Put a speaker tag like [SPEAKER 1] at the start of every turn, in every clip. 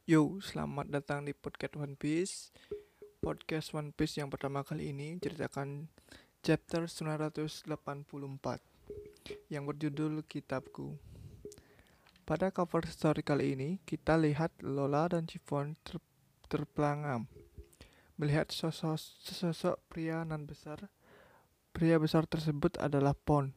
[SPEAKER 1] Yo, selamat datang di podcast One Piece. Podcast One Piece yang pertama kali ini ceritakan chapter 984 yang berjudul Kitabku. Pada cover story kali ini, kita lihat Lola dan Chiffon terperangam melihat sosok pria nan besar. Pria besar tersebut adalah Pon.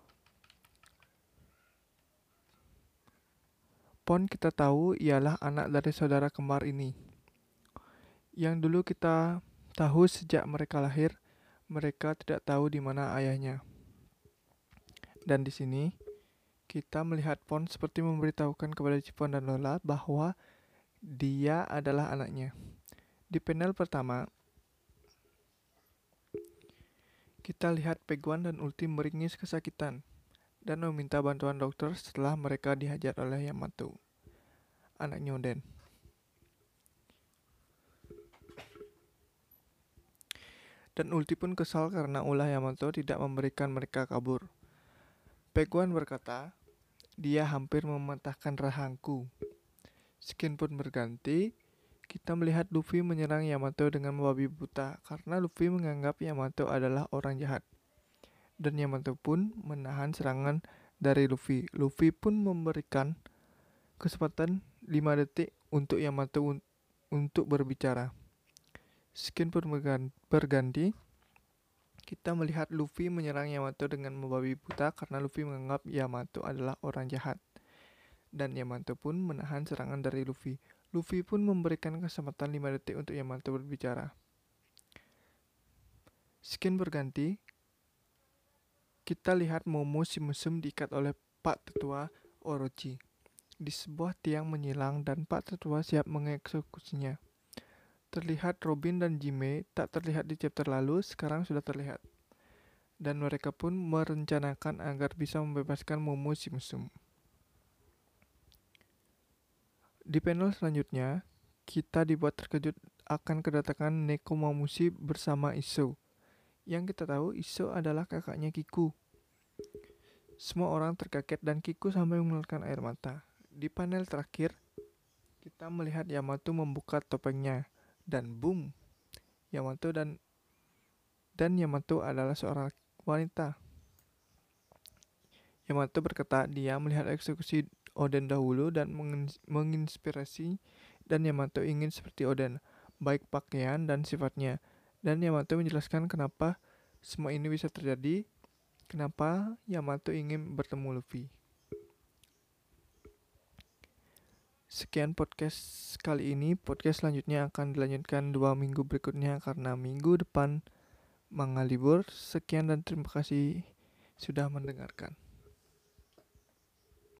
[SPEAKER 1] Pon kita tahu ialah anak dari saudara kembar ini. Yang dulu kita tahu sejak mereka lahir, mereka tidak tahu di mana ayahnya. Dan di sini kita melihat Pon seperti memberitahukan kepada Chiffon dan Lola bahwa dia adalah anaknya. Di panel pertama, kita lihat Peguan dan Ulti meringis kesakitan dan meminta bantuan dokter setelah mereka dihajar oleh Yamato, anaknya Oden. Dan Ulti pun kesal karena ulah Yamato tidak memberikan mereka kabur. Peguan berkata, dia hampir mematahkan rahangku. Skin pun berganti. Kita melihat Luffy menyerang Yamato dengan membabi buta karena Luffy menganggap Yamato adalah orang jahat. Dan Yamato pun menahan serangan dari Luffy. Luffy pun memberikan kesempatan 5 detik untuk Yamato untuk berbicara. Skin pun berganti. Kita melihat Luffy menyerang Yamato dengan membabi buta karena Luffy menganggap Yamato adalah orang jahat. Dan Yamato pun menahan serangan dari Luffy. Luffy pun memberikan kesempatan 5 detik untuk Yamato berbicara. Skin berganti. Kita lihat Momo si mesum diikat oleh Pak Tetua Orochi di sebuah tiang menyilang dan Pak Tetua siap mengeksekusinya. Terlihat Robin dan Jime tak terlihat di chapter lalu, sekarang sudah terlihat. Dan mereka pun merencanakan agar bisa membebaskan Momo si mesum. Di panel selanjutnya, kita dibuat terkejut akan kedatangan Nekomamushi bersama Iso. Yang kita tahu Iso adalah kakaknya Kiku. Semua orang terkaget dan Kiku sampai mengeluarkan air mata. Di panel terakhir, kita melihat Yamato membuka topengnya dan boom, Yamato dan Yamato adalah seorang wanita. Yamato berkata dia melihat eksekusi Oden dahulu dan menginspirasi, dan Yamato ingin seperti Oden, baik pakaian dan sifatnya. Dan Yamato menjelaskan kenapa semua ini bisa terjadi, kenapa Yamato ingin bertemu Luffy. Sekian podcast kali ini. Podcast selanjutnya akan dilanjutkan 2 minggu berikutnya karena minggu depan manga libur. Sekian dan terima kasih sudah mendengarkan.